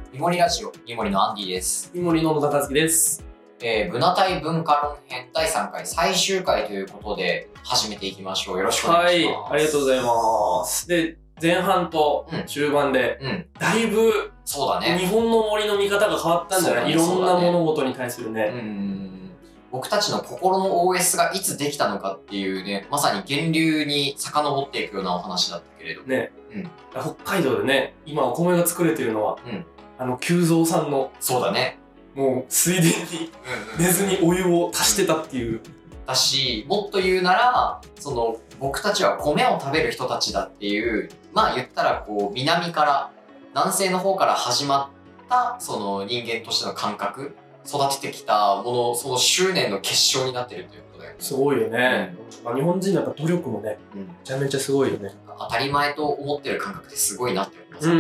イモリラジオ、イモリのアンディです。 イモリの野田和樹です。 ブナ対文化論編第3回最終回ということで始めていきましょう。よろしくお願いします。 はい、ありがとうございます。で、前半と中盤で、だいぶ、 そうだね。 日本の森の見方が変わったんじゃない？いろんな物事に対するね。 僕たちの心の OS がいつできたのかっていうね、まさに源流に遡っていくようなお話だったけれど。 ね。北海道でね、今お米が作れてるのは、久蔵さんの、 そうだね。 もう水田に寝ずにお湯を足してたっていう。 だし、もっと言うなら、僕たちは米を食べる人たちだっていう、まあ言ったらこう、南から、南西の方から始まった、その人間としての感覚、育ててきたもの、その執念の結晶になってるということだよね。すごいよね。日本人のやっぱ努力もね、めちゃめちゃすごいよね。 当たり前と思ってる感覚ってすごいなって思います。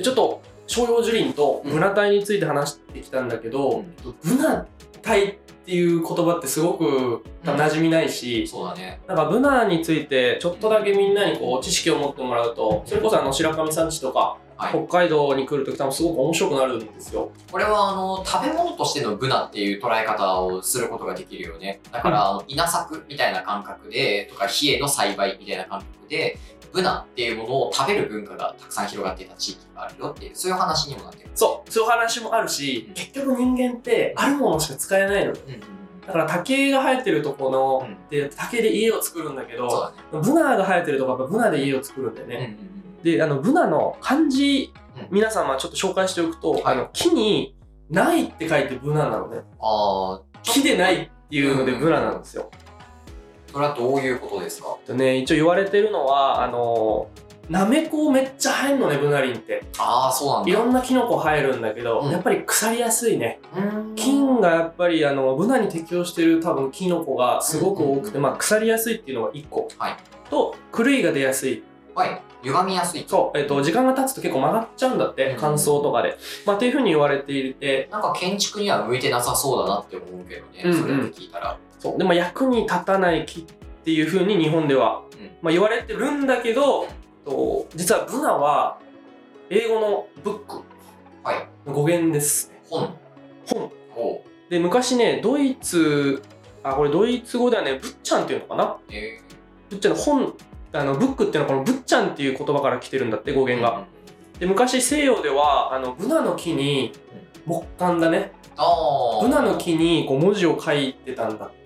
ちょっと、照葉樹林とブナ隊について話してきたんだけど、ブナ隊っていう言葉ってすごく馴染みないし、 そうだね。 なんかブナについてちょっとだけみんなにこう知識を持ってもらうと、それこそ白神山地とか、北海道に来るとき多分すごく面白くなるんですよ。 これは食べ物としてのブナっていう捉え方をすることができるよね。だから稲作みたいな感覚で、とか冷えの栽培みたいな感覚で、ブナっていうものを食べる文化がたくさん広がっていた地域があるよっていう、そういう話にもなってる。 そういう話もあるし、結局人間ってあるものしか使えないの。だから竹が生えてるところで、竹で家を作るんだけど、ブナが生えてるところはブナで家を作るんだよね。で、ブナの漢字、皆様ちょっと紹介しておくと、木にないって書いてブナなのね。木でないっていうのでブナなんですよ。 それはどういうことですか？ 一応言われてるのは、なめこめっちゃ生えるのね、ブナ林って。 そうなんだ。 いろんなキノコ生えるんだけど、やっぱり腐りやすいね。菌がやっぱりブナに適応してる多分キノコがすごく多くて、腐りやすいっていうのが1個。と、狂いが出やすい。 歪みやすい。 そう。時間が経つと結構曲がっちゃうんだって、乾燥とかで。っていう風に言われていて。 なんか建築には向いてなさそうだなって思うけどね、それって聞いたら。 そう。でも役に立たない木っていう風に日本では、言われてるんだけど、実はブナは英語のブックの語源です。 本。 で、昔ね、これドイツ語ではね、ブッチャンっていうのかな？ブッチャンの本、ブックっていうのはこのブッチャンっていう言葉から来てるんだって、語源が。で、昔西洋では、ブナの木に、木簡だね。ブナの木にこう文字を書いてたんだって。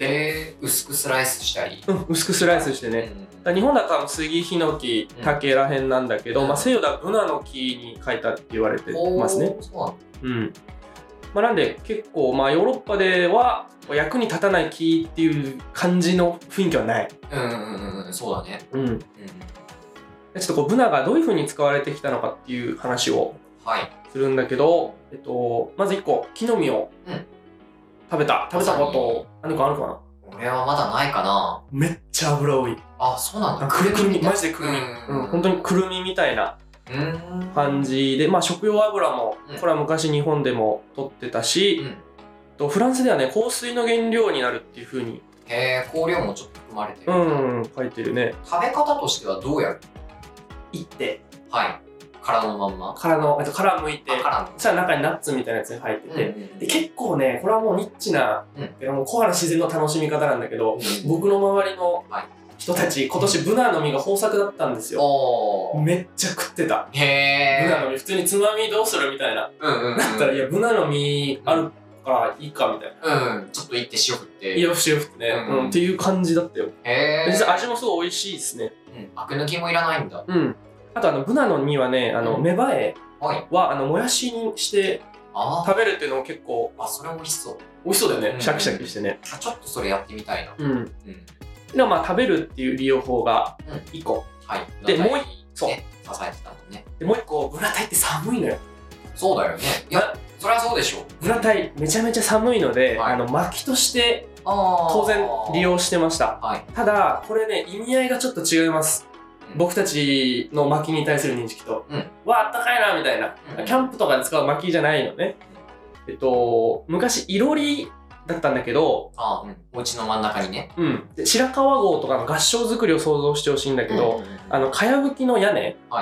薄くスライスしたり。 薄くスライスしてね。日本だと杉、ヒノキ、竹らへんなんだけど、西洋ではブナの木に書いたって言われてますね。なんで結構ヨーロッパでは役に立たない木っていう感じの雰囲気はない。 そうだね。 ちょっとブナがどういう風に使われてきたのかっていう話をするんだけど、まず1個、木の実を食べたこと何かあるかな？ 俺はまだないかな。 めっちゃ脂多い。 そうなんだ。 くるみ、マジでくるみ。本当にくるみみたいな感じで、食用油も、これは昔日本でも取ってたし、フランスではね、香水の原料になるっていう風に。 香料もちょっと含まれてる。 書いてるね。 食べ方としてはどうやる？ いって。 殻のまんま。 殻剥いて、そしたら中にナッツみたいなやつが入ってて、で結構ね、これはもうニッチな、コアな自然の楽しみ方なんだけど、僕の周りの人たち、今年ブナの実が豊作だったんですよ。めっちゃ食ってた。ブナの実、普通につまみどうするみたいな。だったら、いや、ブナの実あるからいいかみたいな。 ちょっといって塩振って。 塩振ってね。っていう感じだったよ。実は味もすごい美味しいですね。 アク抜きもいらないんだ。 あとブナの実はね、芽生えはもやしにして食べるっていうのも結構。 それ美味しそう。 美味しそうだよね。シャキシャキしてね。 ちょっとそれやってみたいな。 でも食べるっていう利用法が1個。で、もう1個。 支えてたもんね。 で、もう1個、ブナタイって寒いのよ。 そうだよね。いや、そりゃそうでしょ。 ブナタイめちゃめちゃ寒いので、薪として当然利用してました。ただ、これね、意味合いがちょっと違います。僕たちの薪に対する認識と。あったかいなみたいな。キャンプとかで使う薪じゃないのね。昔、いろりだったんだけど、 お家の真ん中にね。 で白川郷とかの合掌造りを想像してほしいんだけど、かやぶきの屋根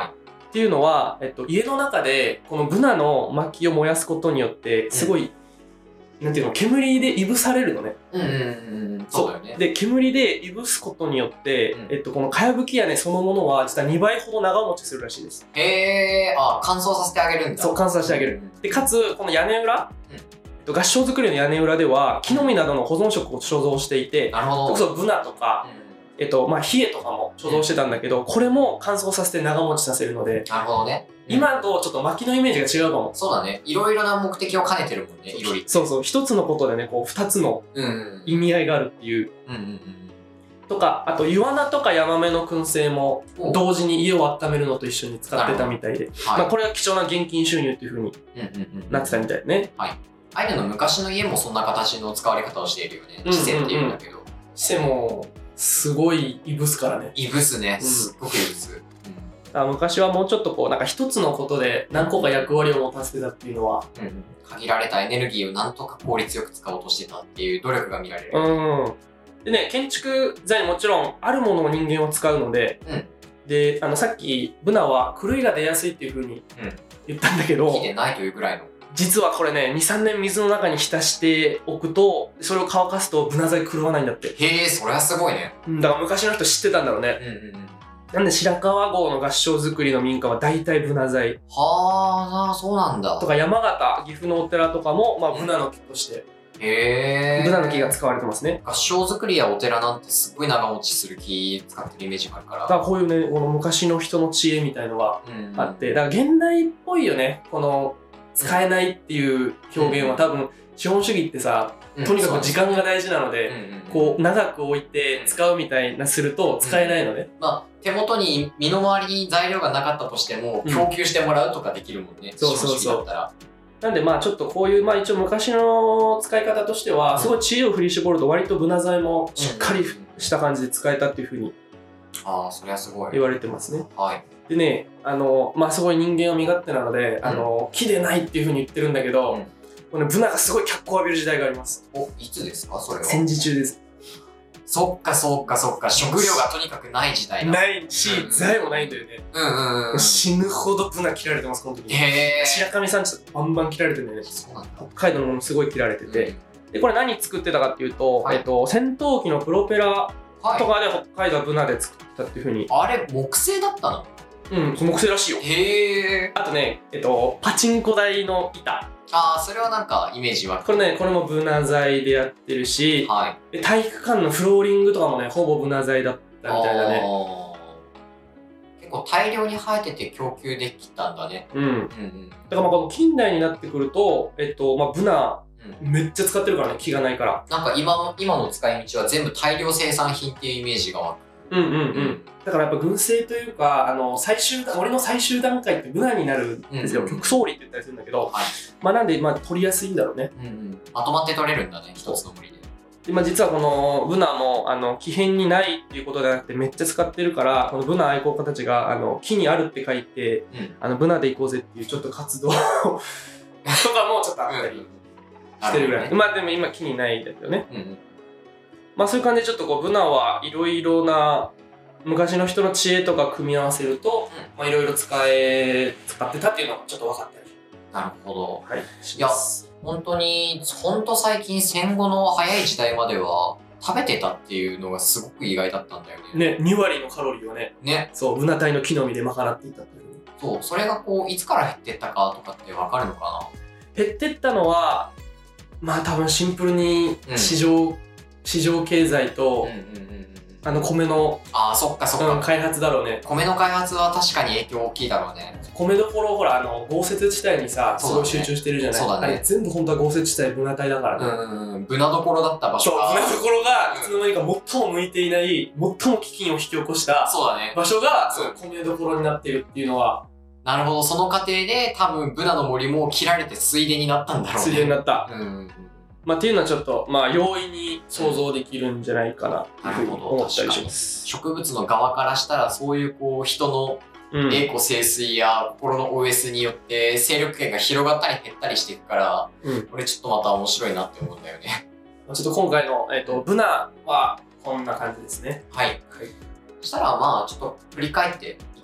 っていうのは、家の中でこのブナの薪を燃やすことによってすごい、なんていうの、煙でいぶされるのね。 そうだよね。 で、煙でいぶすことによって、このかやぶき屋根そのものは実は2倍ほど長持ちするらしいです。 へー、あ、乾燥させてあげるんだ。 そう、乾燥してあげる。で、かつ、この屋根裏、合掌造りの屋根裏では木の実などの保存食を所蔵していて、 なるほど。 それこそブナとか、冷えとかも所蔵してたんだけど、これも乾燥させて長持ちさせるので、 なるほどね。 今とちょっと薪のイメージが違うかも。 そうだね。いろいろな目的を兼ねてるもんね、いろいろ。 そうそう、一つのことでね、こう二つの意味合いがあるっていう。とか、あとイワナとかヤマメの燻製も同時に家を温めるのと一緒に使ってたみたいで、まあこれは貴重な現金収入っていう風になってたみたいね。 はい。アイヌの昔の家もそんな形の使われ方をしているよね。チセっていうんだけど。 チセもすごいいぶすからね。 いぶすね。すっごくいぶす。 昔はもうちょっとこうなんか一つのことで何個か役割を持たせてたっていうのは、 限られたエネルギーをなんとか効率よく使おうとしてたっていう努力が見られる。 でね、建築材もちろんあるものを人間は使うので、でさっきブナは狂いが出やすいっていう風に言ったんだけど、 木でないというぐらいの。 実はこれね、2、3年水の中に浸しておくと、それを乾かすとブナ材狂わないんだって。 へえ、それはすごいね。 だから昔の人知ってたんだろうね。なんで白川郷の合掌造りの民家は大体ブナ材。 はあ、そうなんだ。 とか山形、岐阜のお寺とかも、まあブナの木として。 へえ。 ブナの木が使われてますね。 合掌造りやお寺なんてすっごい長持ちする木使ってるイメージがあるから。 だからこういうね、この昔の人の知恵みたいのがあって、だから現代っぽいよね。この使えないっていう表現は多分、資本主義ってさ、とにかく時間が大事なので、こう長く置いて使うみたいなすると使えないのね。 まあ手元に身の回りに材料がなかったとしても供給してもらうとかできるもんね。 そうそうそう。なんでまあちょっとこういうまあ一応昔の使い方としてはすごい知恵を振り絞ると割とブナ材もしっかりした感じで使えたっていうふうにそれはすごい言われてますね。 はい。 でねまあすごい人間は身勝手なので木でないっていうふうに言ってるんだけど。このブナがすごい脚光を浴びる時代があります。 いつですかそれは。 戦時中です。 そっか。食料がとにかくない時代ないし、財もないんだよね。死ぬほどブナ切られてます、この時に。白神山地とかバンバン切られてるんだよね。北海道のものすごい切られてて。で、これ何作ってたかっていうと、戦闘機のプロペラとかで北海道はブナで作ったっていうふうに。 あれ、木製だったの？ 木製らしいよ。あとね、パチンコ台の板。 それはなんかイメージは。 これもブナ材でやってるし、体育館のフローリングとかもね、ほぼブナ材だったみたいだね。 結構大量に生えてて供給できたんだね。 だからまあこの近代になってくると、まあブナ、めっちゃ使ってるからね、木がないから。 なんか今の使い道は全部大量生産品っていうイメージが湧く。 だからやっぱ群生というか、俺の最終段階ってブナになるんですよ。極層林って言ったりするんだけど、まあなんで、まあ取りやすいんだろうね。 まとまって取れるんだね、一つの森で。 で、まあ実はこのブナも、木片にないっていうことじゃなくてめっちゃ使ってるから、このブナ愛好家たちが、木にあるって書いて、ブナで行こうぜっていうちょっと活動とかもちょっとあったりしてるぐらい。まあでも今木にないんだけどね。まあそういう感じでちょっとこうブナはいろいろな昔の人の知恵とか組み合わせると、まあいろいろ使ってたっていうのがちょっと分かったり。 なるほど。 はい。 いや、本当最近戦後の早い時代までは食べてたっていうのがすごく意外だったんだよね。 2割のカロリーをね。そう、ブナ体の木の実で賄っていたっていう。 そう、それがこういつから減ってったかとかって分かるのかな？減ってったのは、まあ多分シンプルに市場経済と、米の開発だろうね。 米の開発は確かに影響大きいだろうね。 米どころほら豪雪地帯にさすごい集中してるじゃない。あれ全部本当は豪雪地帯ブナ帯だからね。ブナどころだった場所が。 そう、ブナどころがいつの間にか最も向いていない最も飢饉を引き起こした場所が米どころになってるっていうのは。 なるほど、その過程で多分ブナの森も切られて水田になったんだろうね。 水田になった。まあっていうのはちょっとまあ容易に想像できるんじゃないかなというふうに思ったりします。 植物の側からしたらそういう人の栄枯盛衰や心の OS によって勢力圏が広がったり減ったりしていくから、これちょっとまた面白いなって思うんだよね。 ちょっと今回のブナはこんな感じですね。 はい。そしたらまあちょっと振り返っていき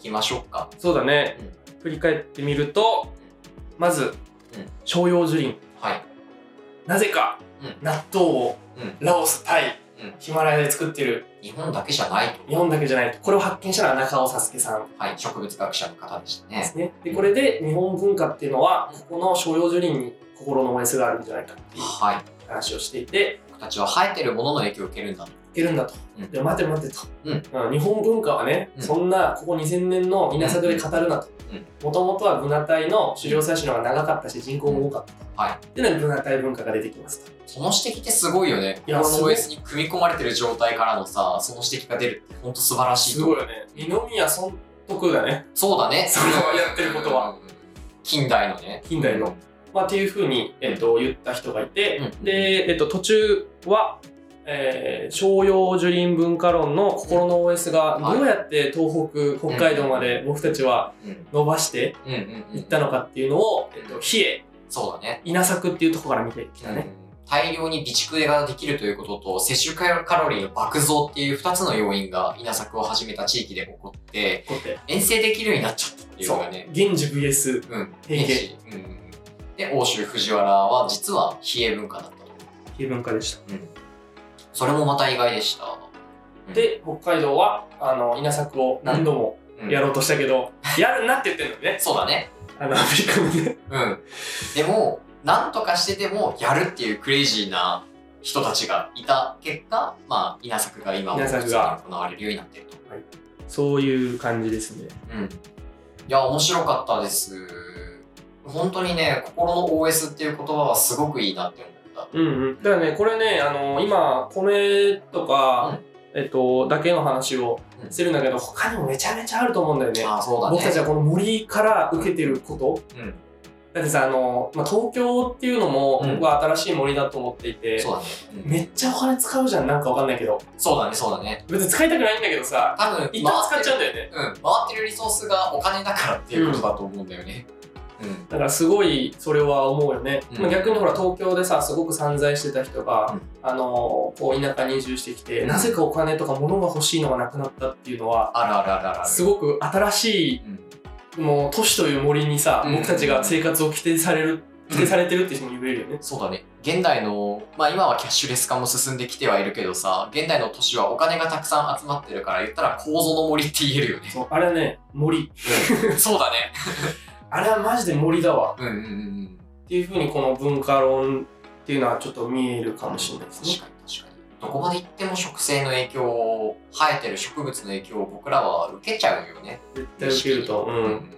きましょうか。 そうだね。振り返ってみると、まず、照葉樹林。 はい。 なぜか、納豆をラオス、タイ、ヒマラヤで作ってる。 日本だけじゃないと。 日本だけじゃないと。これを発見したのは中尾佐助さん。 はい、植物学者の方でしたね。 ですね。で、これで日本文化っていうのは、ここの照葉樹林に心の OS があるんじゃないかっていう話をしていて、 僕たちは生えてるものの影響を受けるんだと。 受けるんだと。で、待て待てと。日本文化はね、そんなここ2000年の稲作で語るなと。もともとはブナ帯の狩猟採取の方が長かったし人口も多かったと。っていうのにブナ帯文化が出てきますと。 その指摘ってすごいよね。この OS に組み込まれてる状態からのさ、その指摘が出るって本当素晴らしい。 すごいよね。二宮尊徳だね。 そうだね。 それをやってることは。 近代のね。 近代の。まあっていうふうに、言った人がいて、で、途中は、照葉樹林文化論の心の OS がどうやって東北、北海道まで僕たちは伸ばしていったのかっていうのを、比叡、 そうだね。 稲作っていうところから見てきたね。 大量に備蓄ができるということと、摂取カロリーの爆増っていう2つの要因が稲作を始めた地域で起こって、遠征できるようになっちゃったっていうのがね。 源氏 VS 平家。 で、奥州藤原は実は比叡文化だったと。 比叡文化でした。 それもまた意外でした。 で、北海道は、稲作を何度もやろうとしたけど、やるなって言ってるのね。 そうだね。 アメリカにね。 でも、なんとかしてでもやるっていうクレイジーな人たちがいた結果、まあ、稲作が今も行われるようになっていると。 そういう感じですね。 いや、面白かったです。本当にね、心の OS っていう言葉はすごくいいなって思った。 だからね、これね、今、米とか、だけの話をしてるんだけど、他にもめちゃめちゃあると思うんだよね。僕たちはこの森から受けてること。だってさ、東京っていうのも僕は新しい森だと思っていて、めっちゃお金使うじゃん、なんかわかんないけど。 そうだね、そうだね。 別に使いたくないんだけどさ、 多分、 一旦使っちゃうんだよね。 回ってるリソースがお金だからっていうことだと思うんだよね。 だからすごいそれは思うよね。逆にほら東京でさすごく散在してた人が、こう田舎に移住してきて、なぜかお金とか物が欲しいのがなくなったっていうのはすごく新しい、もう都市という森にさ、僕たちが生活を規定されてるって人も言えるよね。 そうだね。現代の、まあ今はキャッシュレス化も進んできてはいるけどさ、現代の都市はお金がたくさん集まってるから言ったら構造の森って言えるよね。 そう、あれはね、森。 そうだね。 あれはマジで森だわ。っていうふうにこの文化論っていうのはちょっと見えるかもしれないですね。 確かに。どこまで行っても植生の影響を、生えてる植物の影響を僕らは受けちゃうよね。 絶対受けると。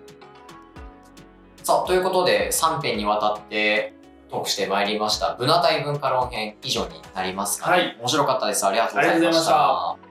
さあ、ということで3編にわたってトークしてまいりました。ブナ帯文化論編以上になりますかね。面白かったです。ありがとうございました。